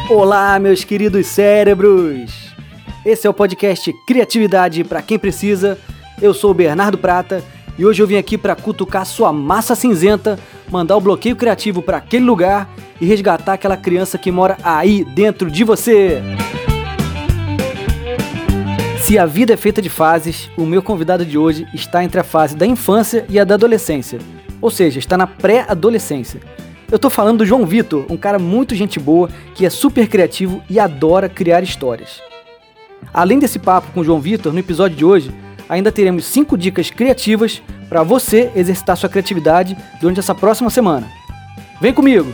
Olá, meus queridos cérebros! Esse é o podcast Criatividade para quem precisa. Eu sou o Bernardo Prata e hoje eu vim aqui para cutucar sua massa cinzenta, mandar o bloqueio criativo para aquele lugar e resgatar aquela criança que mora aí dentro de você. Se a vida é feita de fases, o meu convidado de hoje está entre a fase da infância e a da adolescência, ou seja, está na pré-adolescência. Eu tô falando do João Vitor, um cara muito gente boa, que é super criativo e adora criar histórias. Além desse papo com o João Vitor, no episódio de hoje, ainda teremos 5 dicas criativas para você exercitar sua criatividade durante essa próxima semana. Vem comigo!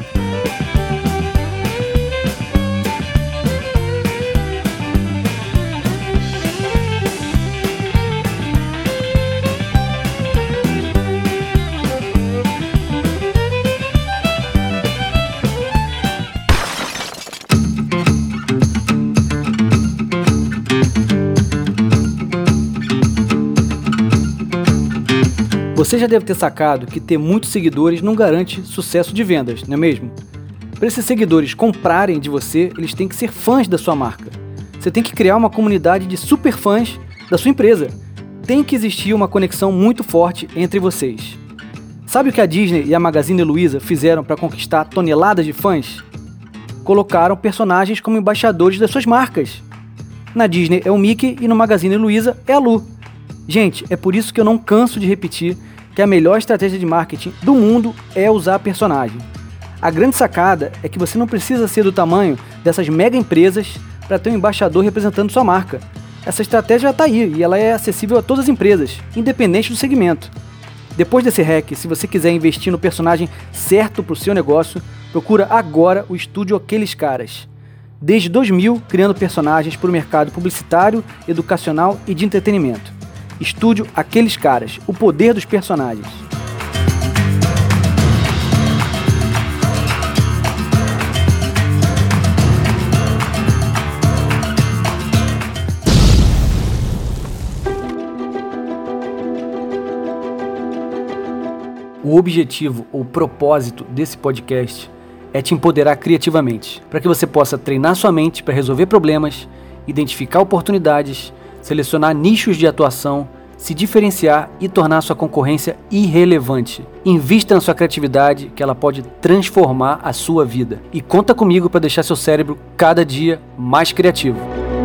Você já deve ter sacado que ter muitos seguidores não garante sucesso de vendas, não é mesmo? Para esses seguidores comprarem de você, eles têm que ser fãs da sua marca. Você tem que criar uma comunidade de super fãs da sua empresa. Tem que existir uma conexão muito forte entre vocês. Sabe o que a Disney e a Magazine Luiza fizeram para conquistar toneladas de fãs? Colocaram personagens como embaixadores das suas marcas. Na Disney é o Mickey e no Magazine Luiza é a Lu. Gente, é por isso que eu não canso de repetir que a melhor estratégia de marketing do mundo é usar personagem. A grande sacada é que você não precisa ser do tamanho dessas mega empresas para ter um embaixador representando sua marca. Essa estratégia já está aí e ela é acessível a todas as empresas, independente do segmento. Depois desse hack, se você quiser investir no personagem certo para o seu negócio, procura agora o estúdio Aqueles Caras. Desde 2000, criando personagens para o mercado publicitário, educacional e de entretenimento. Estúdio Aqueles Caras, o poder dos personagens. O objetivo ou propósito desse podcast é te empoderar criativamente, para que você possa treinar sua mente para resolver problemas, identificar oportunidades, selecionar nichos de atuação, se diferenciar e tornar sua concorrência irrelevante. Invista na sua criatividade, que ela pode transformar a sua vida. E conta comigo para deixar seu cérebro cada dia mais criativo.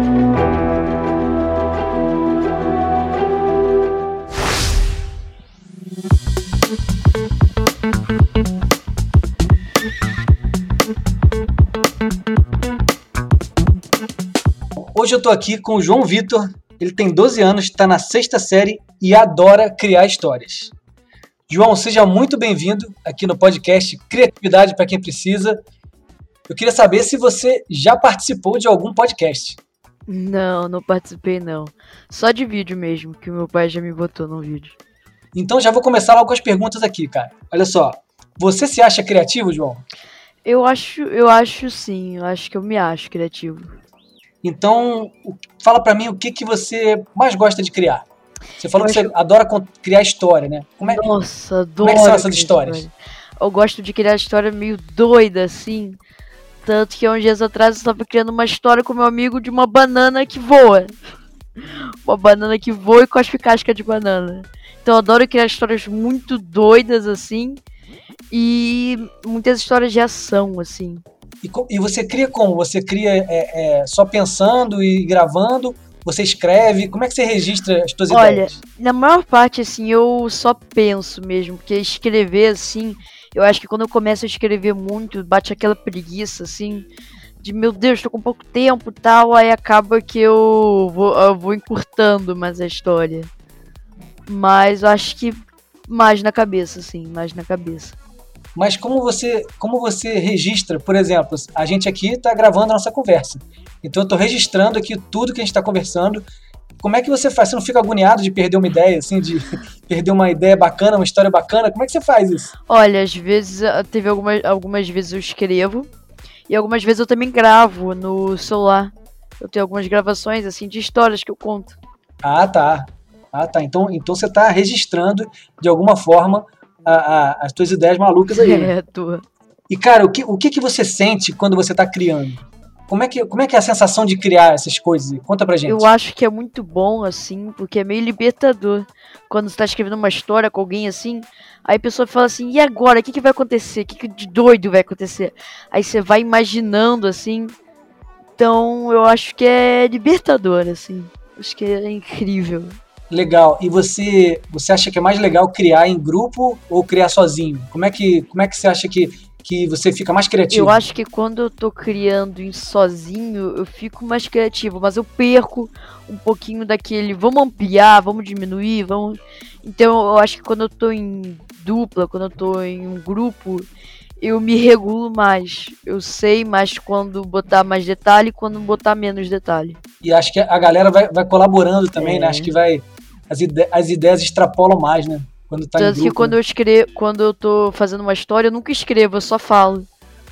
Hoje eu tô aqui com o João Vitor. Ele tem 12 anos, está na 6ª série e adora criar histórias. João, seja muito bem-vindo aqui no podcast Criatividade para quem precisa. Eu queria saber se você já participou de algum podcast. Não participei não. Só de vídeo mesmo, que o meu pai já me botou no vídeo. Então já vou começar logo com as perguntas aqui, cara. Olha só, você se acha criativo, João? Eu acho sim, eu acho que eu me acho criativo. Então, fala pra mim o que você mais gosta de criar. Você falou que você adora criar história, né? Nossa, adoro. Como é que são essas histórias? Eu gosto de criar história meio doida, assim. Tanto que há uns dias atrás eu estava criando uma história com meu amigo de uma banana que voa. Uma banana que voa e cospe casca de banana. Então eu adoro criar histórias muito doidas, assim. E muitas histórias de ação, assim. E você cria como? Você cria só pensando e gravando? Você escreve? Como é que você registra as suas ideias? Olha, na maior parte, assim, eu só penso mesmo. Porque escrever, assim, eu acho que quando eu começo a escrever muito, bate aquela preguiça, assim, de meu Deus, tô com pouco tempo e tal. Aí acaba que eu vou encurtando mais a história. Mas eu acho que mais na cabeça, assim, mais na cabeça. Mas como você registra, por exemplo, a gente aqui está gravando a nossa conversa. Então eu estou registrando aqui tudo que a gente está conversando. Como é que você faz? Você não fica agoniado de perder uma ideia, assim, de perder uma ideia bacana, uma história bacana? Como é que você faz isso? Olha, às vezes, teve algumas vezes eu escrevo e algumas vezes eu também gravo no celular. Eu tenho algumas gravações, assim, de histórias que eu conto. Ah, tá. Então você está registrando, de alguma forma, as tuas ideias malucas aí. É, tua. E, cara, o que você sente quando você está criando? como é que é a sensação de criar essas coisas? Conta pra gente. Eu acho que é muito bom, assim, porque é meio libertador. Quando você tá escrevendo uma história com alguém, assim, aí a pessoa fala assim, e agora? O que vai acontecer? O que de doido vai acontecer? Aí você vai imaginando, assim. Então, eu acho que é libertador, assim. Acho que é incrível. Legal. E você acha que é mais legal criar em grupo ou criar sozinho? Como é que você acha que você fica mais criativo? Eu acho que quando eu tô criando sozinho, eu fico mais criativo, mas eu perco um pouquinho daquele, vamos ampliar, vamos diminuir, vamos... Então eu acho que quando eu tô em dupla, quando eu tô em um grupo, eu me regulo mais. Eu sei mais quando botar mais detalhe e quando botar menos detalhe. E acho que a galera vai colaborando também, né? Acho que as ideias extrapolam mais, né? Quando tá Tanto em grupo, que quando eu tô fazendo uma história, eu nunca escrevo, eu só falo.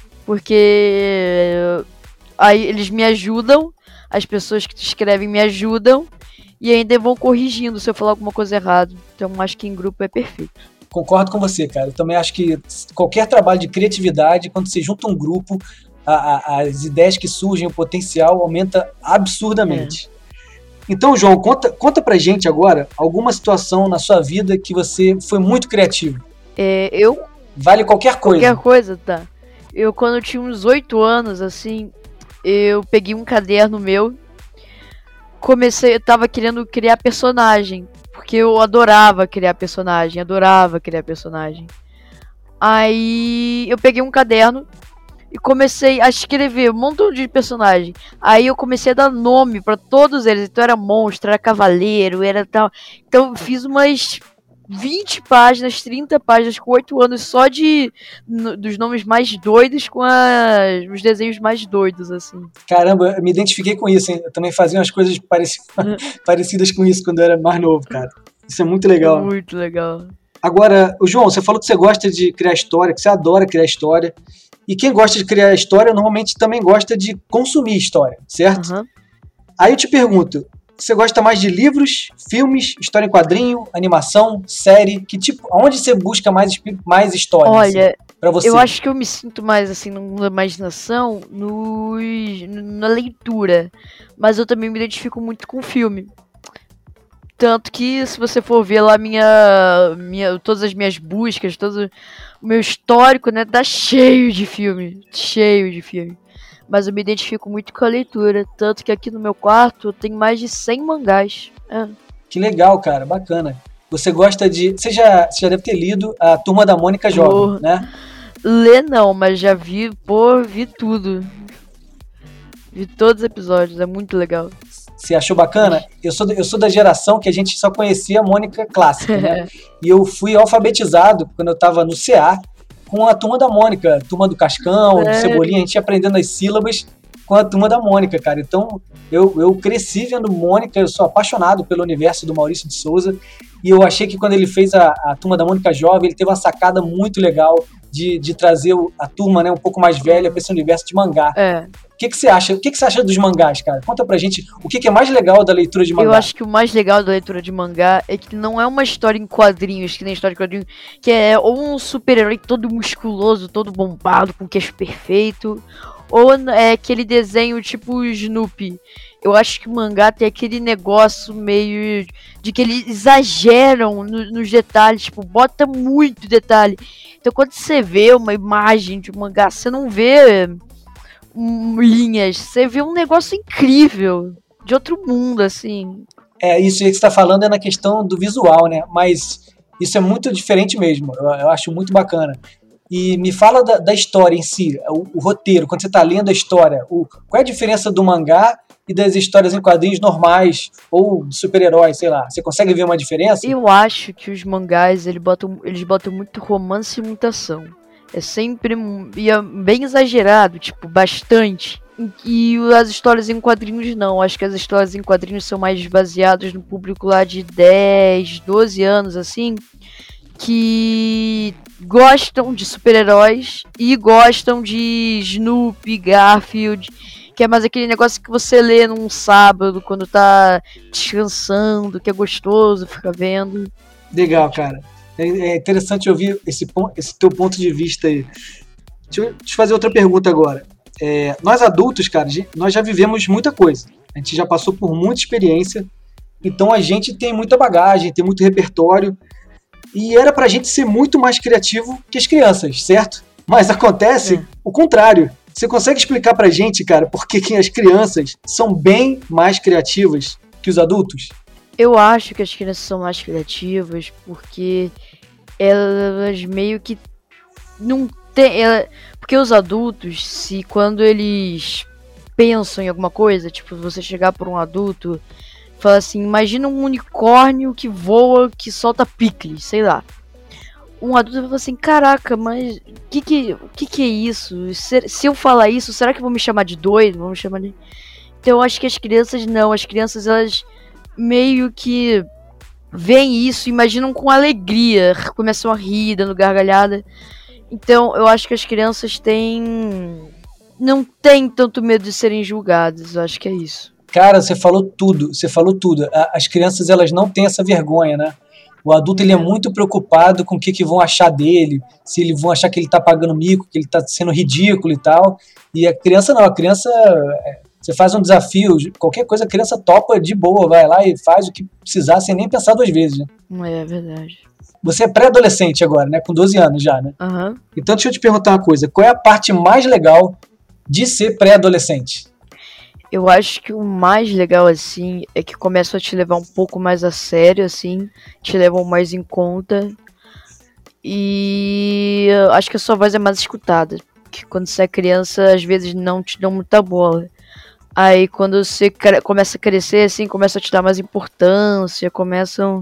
Porque aí eles me ajudam, as pessoas que escrevem me ajudam, e ainda vão corrigindo se eu falar alguma coisa errada. Então acho que em grupo é perfeito. Concordo com você, cara. Eu também acho que qualquer trabalho de criatividade, quando você junta um grupo, as ideias que surgem, o potencial aumenta absurdamente. Então, João, conta pra gente agora alguma situação na sua vida que você foi muito criativo. Vale qualquer coisa. Qualquer coisa, tá. Quando eu tinha uns 8 anos, assim, eu peguei um caderno meu, eu tava querendo criar personagem, porque eu adorava criar personagem. Aí eu peguei um caderno e comecei a escrever um montão de personagem. Aí eu comecei a dar nome pra todos eles. Então era monstro, era cavaleiro, era tal. Então eu fiz umas 20 páginas, 30 páginas com 8 anos só dos nomes mais doidos com os desenhos mais doidos, assim. Caramba, eu me identifiquei com isso, hein? Eu também fazia umas coisas parecidas com isso quando eu era mais novo, cara. Isso é muito legal. Muito legal. Agora, João, você falou que você gosta de criar história, que você adora criar história. E quem gosta de criar história normalmente também gosta de consumir história, certo? Uhum. Aí eu te pergunto, você gosta mais de livros, filmes, história em quadrinho, animação, série? Que tipo, aonde você busca mais histórias? Olha, assim, pra você? Eu acho que eu me sinto mais assim na imaginação, na leitura. Mas eu também me identifico muito com filme. Tanto que se você for ver lá todas as minhas buscas, todo o meu histórico, né, tá cheio de filme. Mas eu me identifico muito com a leitura. Tanto que aqui no meu quarto eu tenho mais de 100 mangás. Que legal, cara, bacana. Você gosta de... Você já deve ter lido a Turma da Mônica Jovem, né? Ler não, mas já vi tudo. Vi todos os episódios, é muito legal. Você achou bacana? Eu sou da geração que a gente só conhecia a Mônica clássica, né? E eu fui alfabetizado quando eu tava no CA com a Turma da Mônica, Turma do Cascão, do Cebolinha, a gente ia aprendendo as sílabas com a Turma da Mônica, cara. Então, eu cresci vendo Mônica, eu sou apaixonado pelo universo do Maurício de Souza, e eu achei que quando ele fez a Turma da Mônica Jovem, ele teve uma sacada muito legal de trazer a turma, né, um pouco mais velha para esse universo de mangá. O que você acha? O que você acha dos mangás, cara? Conta pra gente o que é mais legal da leitura de mangá. Eu acho que o mais legal da leitura de mangá é que não é uma história em quadrinhos, que nem história em quadrinhos, que é ou um super-herói todo musculoso, todo bombado, com queixo perfeito, ou é aquele desenho tipo o Snoopy. Eu acho que o mangá tem aquele negócio meio de que eles exageram nos detalhes, tipo, bota muito detalhe. Então quando você vê uma imagem de um mangá, você não vê linhas, você vê um negócio incrível, de outro mundo, assim. Isso aí que você tá falando é na questão do visual, né? Mas isso é muito diferente mesmo, eu acho muito bacana. E me fala da história em si, o roteiro, quando você tá lendo a história, qual é a diferença do mangá e das histórias em quadrinhos normais, ou de super-heróis, sei lá. Você consegue ver uma diferença? Eu acho que os mangás, eles botam muito romance e muita ação. É sempre bem exagerado, tipo, bastante. E as histórias em quadrinhos não. Acho que as histórias em quadrinhos são mais baseadas no público lá de 10, 12 anos, assim, que gostam de super-heróis e gostam de Snoopy, Garfield, que é mais aquele negócio que você lê num sábado, quando tá descansando, que é gostoso ficar vendo. Legal, cara. É interessante ouvir esse teu ponto de vista aí. Deixa eu te fazer outra pergunta agora. Nós adultos, cara, nós já vivemos muita coisa. A gente já passou por muita experiência. Então a gente tem muita bagagem, tem muito repertório. E era pra gente ser muito mais criativo que as crianças, certo? Mas acontece o contrário. Você consegue explicar pra gente, cara, por que as crianças são bem mais criativas que os adultos? Eu acho que as crianças são mais criativas porque elas meio que não tem. Porque os adultos, se quando eles pensam em alguma coisa, tipo, você chegar por um adulto e falar assim, imagina um unicórnio que voa, que solta picles, sei lá. Um adulto vai falar assim, caraca, mas o que é isso? Se eu falar isso, será que vão me chamar de doido? Vão me chamar de... Então eu acho que as crianças não, as crianças elas meio que veem isso, imaginam com alegria, começam a rir, dando gargalhada. Então eu acho que as crianças não têm tanto medo de serem julgadas, eu acho que é isso. Cara, você falou tudo. As crianças, elas não têm essa vergonha, né? O adulto, ele é muito preocupado com o que vão achar dele, se eles vão achar que ele tá pagando mico, que ele tá sendo ridículo e tal. E a criança não, você faz um desafio, qualquer coisa a criança topa de boa, vai lá e faz o que precisar sem nem pensar 2 vezes, né? É verdade. Você é pré-adolescente agora, né? Com 12 anos já, né? Uhum. Então deixa eu te perguntar uma coisa, qual é a parte mais legal de ser pré-adolescente? Eu acho que o mais legal, assim, é que começam a te levar um pouco mais a sério, assim, te levam mais em conta. E eu acho que a sua voz é mais escutada. Que quando você é criança, às vezes não te dão muita bola. Aí quando você começa a crescer, assim, começa a te dar mais importância, começam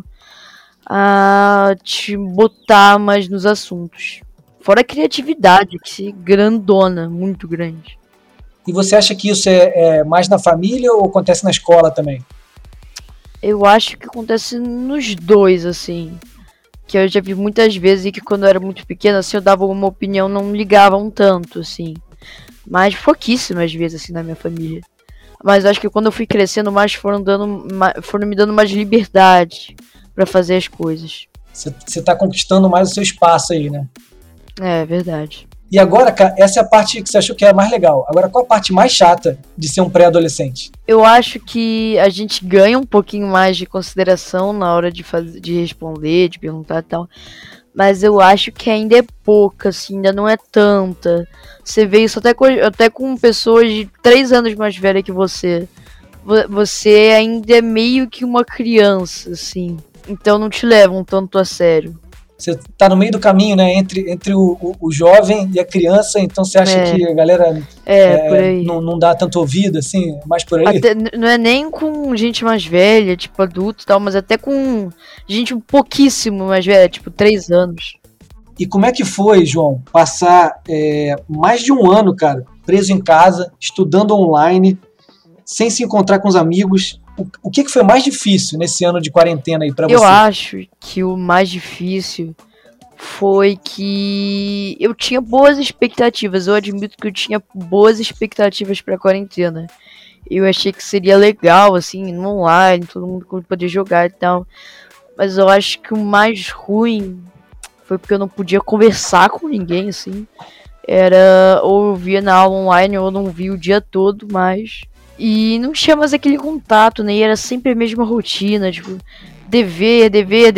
a te botar mais nos assuntos. Fora a criatividade, que é grandona, muito grande. E você acha que isso é mais na família ou acontece na escola também? Eu acho que acontece nos dois, assim. Que eu já vi muitas vezes e que quando eu era muito pequena, assim, eu dava uma opinião, não ligavam tanto, assim. Mas pouquíssimas vezes, assim, na minha família. Mas eu acho que quando eu fui crescendo mais, foram me dando mais liberdade pra fazer as coisas. Você tá conquistando mais o seu espaço aí, né? É verdade. E agora, cara, essa é a parte que você achou que era mais legal. Agora, qual a parte mais chata de ser um pré-adolescente? Eu acho que a gente ganha um pouquinho mais de consideração na hora de responder, de perguntar e tal. Mas eu acho que ainda é pouca, assim, ainda não é tanta. Você vê isso até com pessoas de 3 anos mais velhas que você. Você ainda é meio que uma criança, assim. Então não te levam tanto a sério. Você tá no meio do caminho, né? Entre o jovem e a criança, então você acha que a galera por aí. Não dá tanto ouvido, assim, mais por aí? Até, não é nem com gente mais velha, tipo adulto e tal, mas até com gente um pouquíssimo mais velha, tipo 3 anos. E como é que foi, João, passar mais de 1 ano, cara, preso em casa, estudando online, sem se encontrar com os amigos? O que foi mais difícil nesse ano de quarentena aí pra você? Eu acho que o mais difícil foi que eu tinha boas expectativas. Eu admito que eu tinha boas expectativas pra quarentena. Eu achei que seria legal, assim, no online, todo mundo poder jogar e tal. Mas eu acho que o mais ruim foi porque eu não podia conversar com ninguém, assim. Ou eu via na aula online ou eu não via o dia todo mais. E não tinha mais aquele contato, né? E era sempre a mesma rotina, tipo, dever.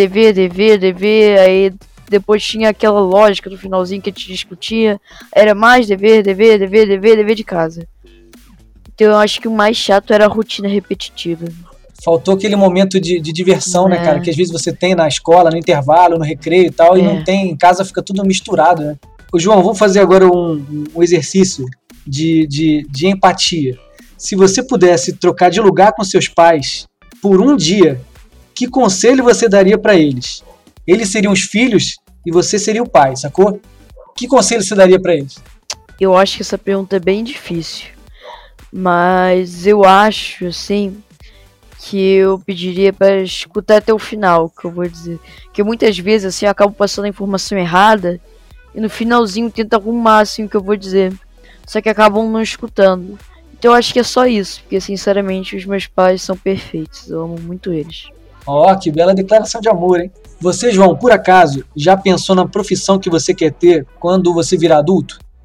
Aí depois tinha aquela lógica do finalzinho que a gente discutia. Era mais dever de casa. Então eu acho que o mais chato era a rotina repetitiva. Faltou aquele momento de diversão, né, cara? Que às vezes você tem na escola, no intervalo, no recreio e tal, e não tem, em casa fica tudo misturado, né? Ô, João, vamos fazer agora um exercício de empatia. Se você pudesse trocar de lugar com seus pais por 1 dia, que conselho você daria pra eles? Eles seriam os filhos e você seria o pai, sacou? Que conselho você daria pra eles? Eu acho que essa pergunta é bem difícil. Mas eu acho, assim, que eu pediria pra escutar até o final, que eu vou dizer. Porque muitas vezes, assim, eu acabo passando a informação errada e no finalzinho tento arrumar, assim, o que eu vou dizer. Só que acabam não escutando. Então eu acho que é só isso, porque sinceramente os meus pais são perfeitos, eu amo muito eles. Ó, que bela declaração de amor, hein? Você, João, por acaso, já pensou na profissão que você quer ter quando você virar adulto?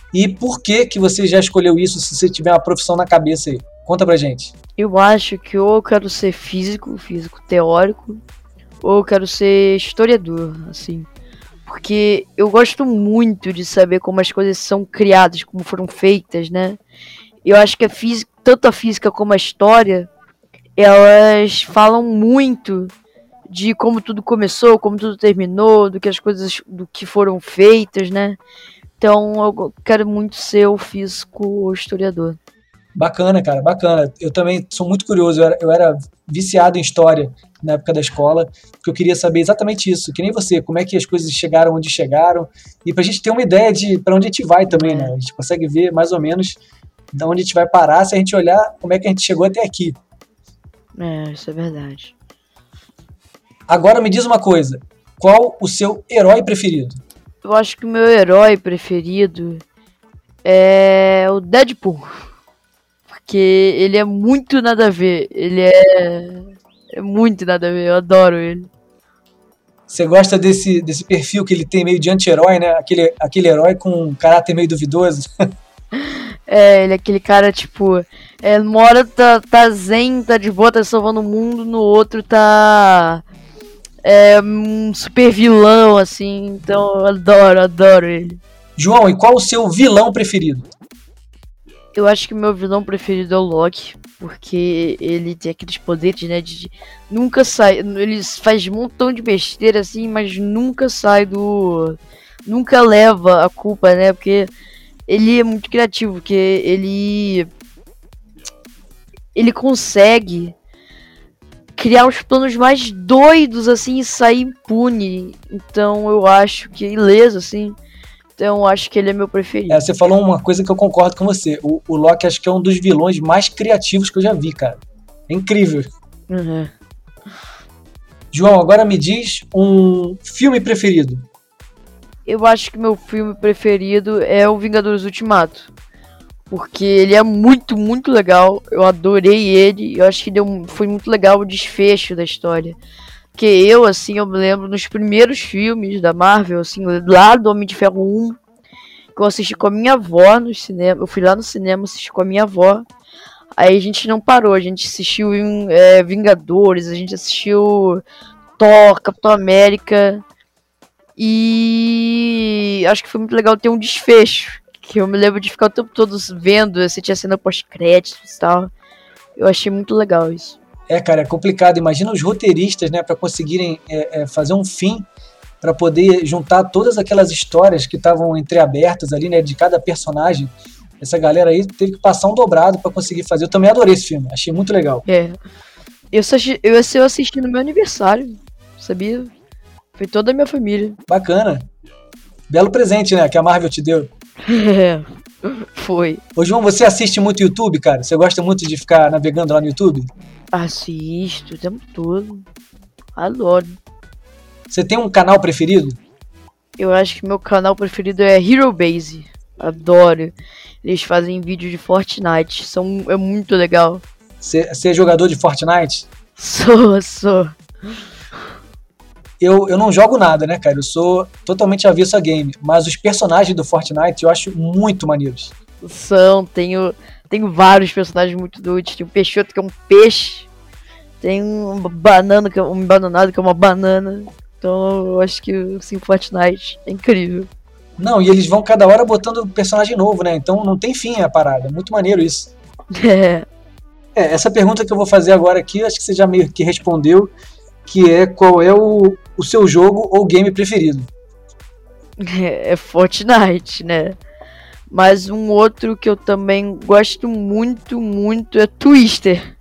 E por que você já escolheu isso, se você tiver uma profissão na cabeça aí? Conta pra gente. Eu acho que ou eu quero ser físico teórico, ou eu quero ser historiador, assim. Porque eu gosto muito de saber como as coisas são criadas, como foram feitas, né? Eu acho que tanto a física como a história, elas falam muito de como tudo começou, como tudo terminou, do que foram feitas, né? Então eu quero muito ser o físico ou historiador. Bacana, cara, bacana. Eu também sou muito curioso, eu era viciado em história na época da escola, porque eu queria saber exatamente isso, que nem você, como é que as coisas chegaram onde chegaram, e pra gente ter uma ideia de pra onde a gente vai também, né? A gente consegue ver mais ou menos de onde a gente vai parar se a gente olhar como é que a gente chegou até aqui. Isso é verdade. Agora me diz uma coisa, qual o seu herói preferido? Eu acho que o meu herói preferido é o Deadpool. Porque ele é muito nada a ver. Ele é muito nada a ver, eu adoro ele. Você gosta desse perfil que ele tem meio de anti-herói, né? Aquele herói com um caráter meio duvidoso. Ele é aquele cara, tipo, numa hora tá zen, tá de boa, tá salvando o mundo, no outro tá um super vilão, assim, então eu adoro ele. João, e qual o seu vilão preferido? Eu acho que o meu vilão preferido é o Loki, porque ele tem aqueles poderes, né, de nunca sai, ele faz um montão de besteira, assim, mas nunca sai nunca leva a culpa, né, porque ele é muito criativo, porque ele consegue criar os planos mais doidos, assim, e sair impune. Então eu acho que é ileso, assim. Então eu acho que ele é meu preferido. Você falou uma coisa que eu concordo com você. O Loki acho que é um dos vilões mais criativos que eu já vi, cara. É incrível. Uhum. João, agora me diz um filme preferido. Eu acho que meu filme preferido é o Vingadores Ultimato. Porque ele é muito, muito legal. Eu adorei ele. Eu acho que foi muito legal o desfecho da história. Porque eu me lembro nos primeiros filmes da Marvel, assim, lá do Homem de Ferro 1, que eu assisti com a minha avó no cinema. Eu fui lá no cinema assistir com a minha avó. Aí a gente não parou. A gente assistiu Vingadores, a gente assistiu Thor, Capitão América. E acho que foi muito legal ter um desfecho. Que eu me lembro de ficar o tempo todo vendo, se tinha cena pós-créditos e tal. Eu achei muito legal isso. Cara, é complicado. Imagina os roteiristas, né, para conseguirem fazer um fim, para poder juntar todas aquelas histórias que estavam entreabertas ali, né, de cada personagem. Essa galera aí teve que passar um dobrado para conseguir fazer. Eu também adorei esse filme, achei muito legal. Eu assisti no meu aniversário, sabia? Foi toda a minha família. Bacana. Belo presente, né, que a Marvel te deu. Foi. Ô João, você assiste muito YouTube, cara? Você gosta muito de ficar navegando lá no YouTube? Assisto o tempo todo. Adoro. Você tem um canal preferido? Eu acho que meu canal preferido é Hero Base. Adoro. Eles fazem vídeo de Fortnite. É muito legal. Você é jogador de Fortnite? Sou. Eu não jogo nada, né, cara? Eu sou totalmente avesso a game. Mas os personagens do Fortnite eu acho muito maneiros. Tenho vários personagens muito doidos. Tem um Peixoto que é um peixe. Tem um banana que é um bananado que é uma banana. Então eu acho que assim, Fortnite é incrível. Não, e eles vão cada hora botando personagem novo, né? Então não tem fim a parada. É muito maneiro isso. Essa pergunta que eu vou fazer agora aqui, acho que você já meio que respondeu, que é qual é o seu jogo ou game preferido? É Fortnite, né? Mas um outro que eu também gosto muito, muito é Twister.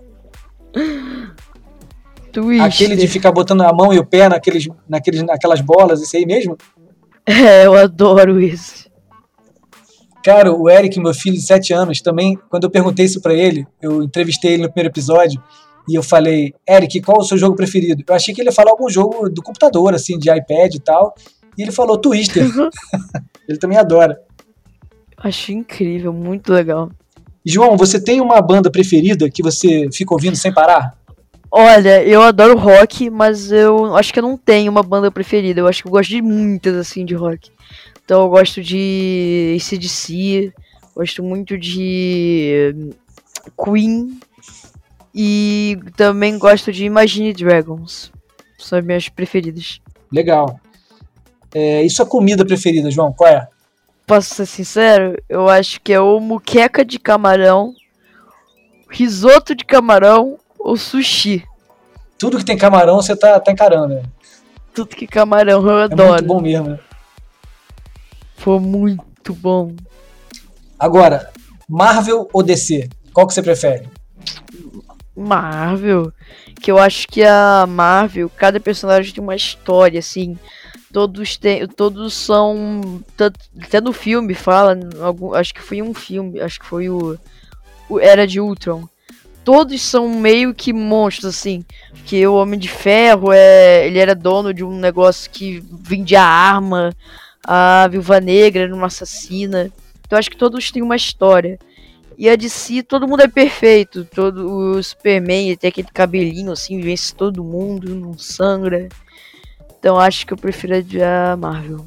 Aquele de ficar botando a mão e o pé naquelas bolas, isso aí mesmo? Eu adoro isso. Cara, o Eric, meu filho de 7 anos, também, quando eu perguntei isso pra ele, eu entrevistei ele no primeiro episódio, e eu falei, Eric, qual é o seu jogo preferido? Eu achei que ele ia falar algum jogo do computador, assim, de iPad e tal, e ele falou Twister. Ele também adora. Acho incrível, muito legal. João, você tem uma banda preferida que você fica ouvindo sem parar? Olha, eu adoro rock, mas eu acho que eu não tenho uma banda preferida. Eu acho que eu gosto de muitas, assim, de rock. Então eu gosto de AC/DC, gosto muito de Queen e também gosto de Imagine Dragons. São as minhas preferidas. Legal. E sua comida preferida, João? Qual é? Posso ser sincero? Eu acho que é ou muqueca de camarão, risoto de camarão ou sushi. Tudo que tem camarão você tá encarando, né? Tudo que camarão eu adoro. É muito bom mesmo, né? Foi muito bom. Agora, Marvel ou DC? Qual que você prefere? Marvel. Que eu acho que a Marvel, cada personagem tem uma história, assim. Todos são. Até no filme fala. Acho que foi um filme. Acho que foi o Era de Ultron. Todos são meio que monstros, assim. Porque o Homem de Ferro, ele era dono de um negócio que vendia arma. A Viúva Negra era uma assassina. Então acho que todos têm uma história. E a DC, todo mundo é perfeito. O Superman, ele tem aquele cabelinho assim, vence todo mundo, não sangra. Então acho que eu prefiro a Marvel.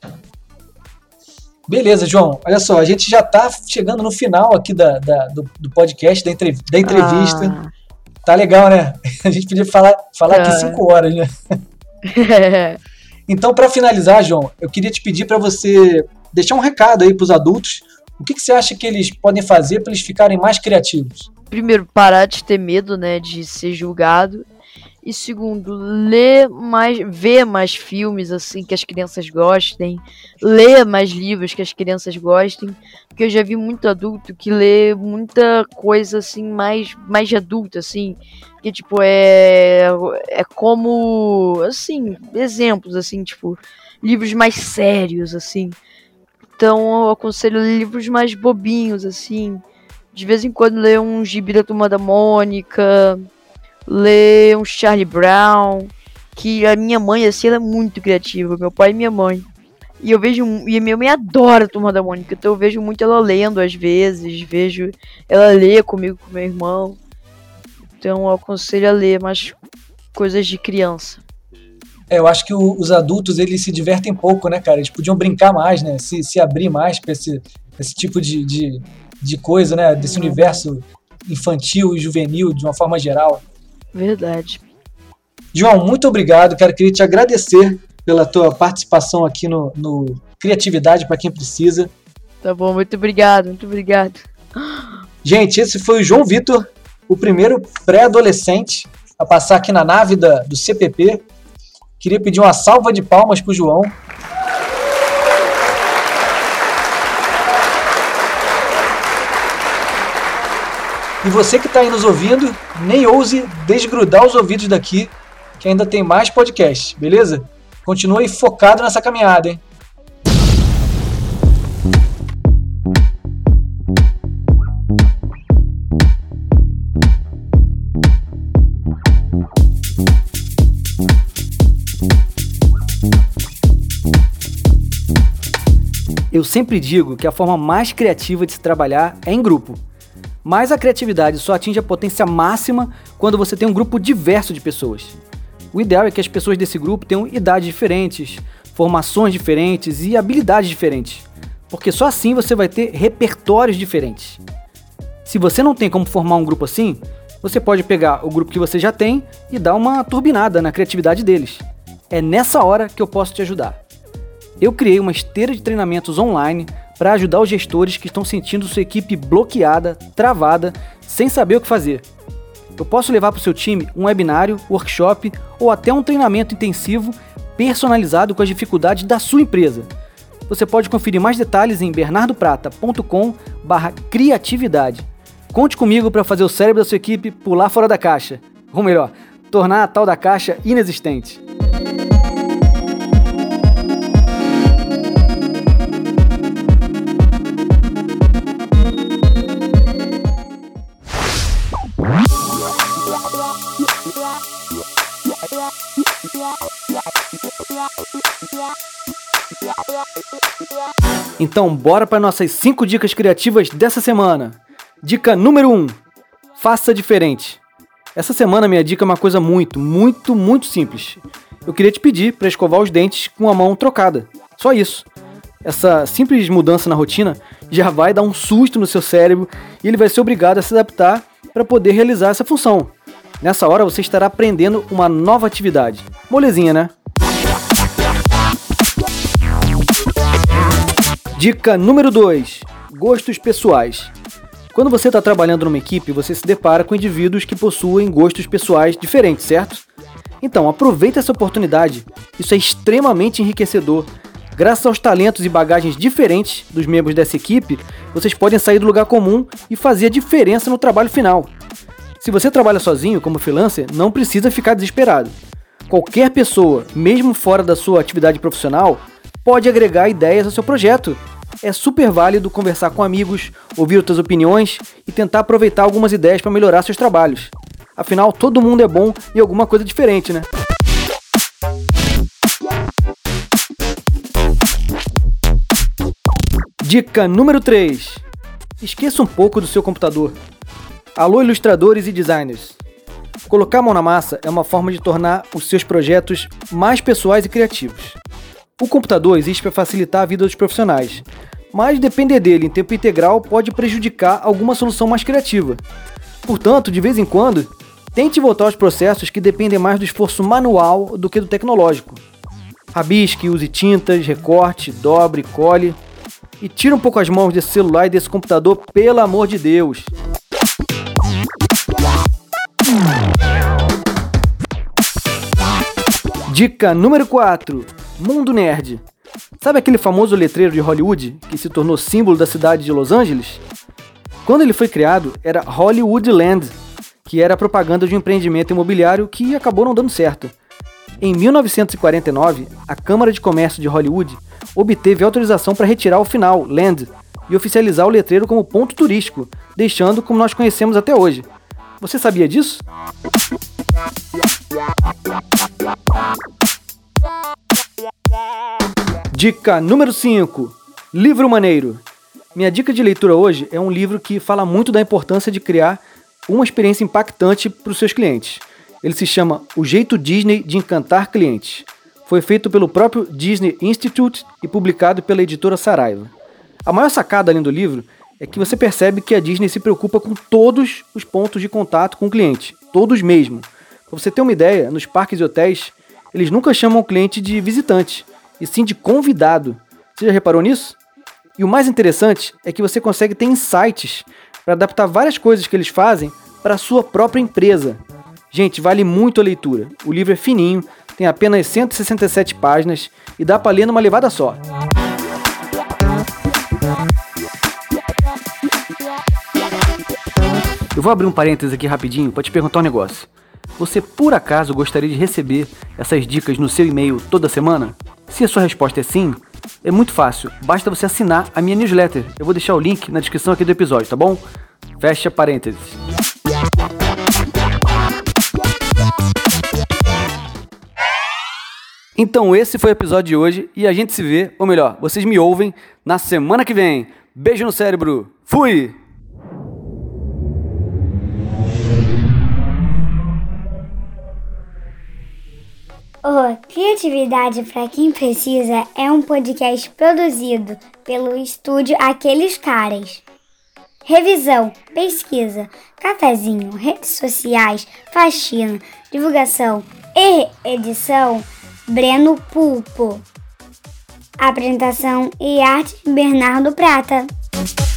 Beleza, João. Olha só, a gente já tá chegando no final aqui do podcast, da entrevista. Tá legal, né? A gente podia falar aqui 5 horas, né? Então, para finalizar, João, eu queria te pedir para você deixar um recado aí pros adultos. O que você acha que eles podem fazer para eles ficarem mais criativos? Primeiro, parar de ter medo, né, de ser julgado. E segundo, ver mais filmes, assim, que as crianças gostem. Ler mais livros que as crianças gostem. Porque eu já vi muito adulto que lê muita coisa, assim, mais de adulto, assim. Que, tipo, é como, assim, exemplos, assim, tipo, livros mais sérios, assim. Então, eu aconselho livros mais bobinhos, assim. De vez em quando, ler um Gibi da Turma da Mônica... ler um Charlie Brown, que a minha mãe, assim, ela é muito criativa, meu pai e minha mãe. E a minha mãe adora a Turma da Mônica, então eu vejo muito ela lendo às vezes, vejo ela ler comigo, com meu irmão. Então eu aconselho a ler mais coisas de criança. Eu acho que os adultos, eles se divertem pouco, né, cara? Eles podiam brincar mais, né? Se abrir mais pra esse tipo de coisa, né? Desse universo infantil e juvenil, de uma forma geral. Verdade. João, muito obrigado, cara. Queria te agradecer pela tua participação aqui no Criatividade para quem precisa. Tá bom, muito obrigado, muito obrigado. Gente, esse foi o João Vitor, o primeiro pré-adolescente a passar aqui na nave do CPP. Queria pedir uma salva de palmas pro João. E você que está aí nos ouvindo, nem ouse desgrudar os ouvidos daqui, que ainda tem mais podcast, beleza? Continue focado nessa caminhada, hein? Eu sempre digo que a forma mais criativa de se trabalhar é em grupo. Mas a criatividade só atinge a potência máxima quando você tem um grupo diverso de pessoas. O ideal é que as pessoas desse grupo tenham idades diferentes, formações diferentes e habilidades diferentes, porque só assim você vai ter repertórios diferentes. Se você não tem como formar um grupo assim, você pode pegar o grupo que você já tem e dar uma turbinada na criatividade deles. É nessa hora que eu posso te ajudar. Eu criei uma esteira de treinamentos online para ajudar os gestores que estão sentindo sua equipe bloqueada, travada, sem saber o que fazer. Eu posso levar para o seu time um webinário, workshop ou até um treinamento intensivo personalizado com as dificuldades da sua empresa. Você pode conferir mais detalhes em bernardoprata.com/criatividade. Conte comigo para fazer o cérebro da sua equipe pular fora da caixa. Ou melhor, tornar a tal da caixa inexistente. Então, bora para nossas 5 dicas criativas dessa semana. Dica número 1. Faça diferente. Essa semana minha dica é uma coisa muito simples. Eu queria te pedir para escovar os dentes com a mão trocada. Só isso. Essa simples mudança na rotina já vai dar um susto no seu cérebro e ele vai ser obrigado a se adaptar para poder realizar essa função. Nessa hora você estará aprendendo uma nova atividade. Molezinha, né? Dica número 2. Gostos pessoais. Quando você está trabalhando numa equipe, você se depara com indivíduos que possuem gostos pessoais diferentes, certo? Então, aproveita essa oportunidade. Isso é extremamente enriquecedor. Graças aos talentos e bagagens diferentes dos membros dessa equipe, vocês podem sair do lugar comum e fazer a diferença no trabalho final. Se você trabalha sozinho, como freelancer, não precisa ficar desesperado. Qualquer pessoa, mesmo fora da sua atividade profissional, pode agregar ideias ao seu projeto. É super válido conversar com amigos, ouvir outras opiniões e tentar aproveitar algumas ideias para melhorar seus trabalhos. Afinal, todo mundo é bom em alguma coisa diferente, né? Dica número 3. Esqueça um pouco do seu computador. Alô, ilustradores e designers. Colocar a mão na massa é uma forma de tornar os seus projetos mais pessoais e criativos. O computador existe para facilitar a vida dos profissionais, mas depender dele em tempo integral pode prejudicar alguma solução mais criativa. Portanto, de vez em quando, tente voltar aos processos que dependem mais do esforço manual do que do tecnológico. Rabisque, use tintas, recorte, dobre, cole e tira um pouco as mãos desse celular e desse computador, pelo amor de Deus. Dica número 4. Mundo Nerd. Sabe aquele famoso letreiro de Hollywood que se tornou símbolo da cidade de Los Angeles? Quando ele foi criado, era Hollywoodland, que era a propaganda de um empreendimento imobiliário que acabou não dando certo. Em 1949, a Câmara de Comércio de Hollywood obteve autorização para retirar o final, Land, e oficializar o letreiro como ponto turístico, deixando como nós conhecemos até hoje. Você sabia disso? Dica número 5. Livro maneiro. Minha dica de leitura hoje é um livro que fala muito da importância de criar uma experiência impactante para os seus clientes. Ele se chama O Jeito Disney de Encantar Clientes. Foi feito pelo próprio Disney Institute e publicado pela editora Saraiva. A maior sacada além do livro é que você percebe que a Disney se preocupa com todos os pontos de contato com o cliente, todos mesmo. Para você ter uma ideia, nos parques e hotéis, eles nunca chamam o cliente de visitante, e sim de convidado. Você já reparou nisso? E o mais interessante é que você consegue ter insights para adaptar várias coisas que eles fazem para a sua própria empresa. Gente, vale muito a leitura. O livro é fininho, tem apenas 167 páginas e dá para ler numa levada só. Eu vou abrir um parênteses aqui rapidinho para te perguntar um negócio. Você por acaso gostaria de receber essas dicas no seu e-mail toda semana? Se a sua resposta é sim, é muito fácil, basta você assinar a minha newsletter. Eu vou deixar o link na descrição aqui do episódio, tá bom? Fecha parênteses. Então esse foi o episódio de hoje e a gente se vê, ou melhor, vocês me ouvem na semana que vem. Beijo no cérebro. Fui! O Criatividade para Quem Precisa é um podcast produzido pelo estúdio Aqueles Caras. Revisão, pesquisa, cafezinho, redes sociais, faxina, divulgação e edição, Breno Pulpo. Apresentação e arte, Bernardo Prata.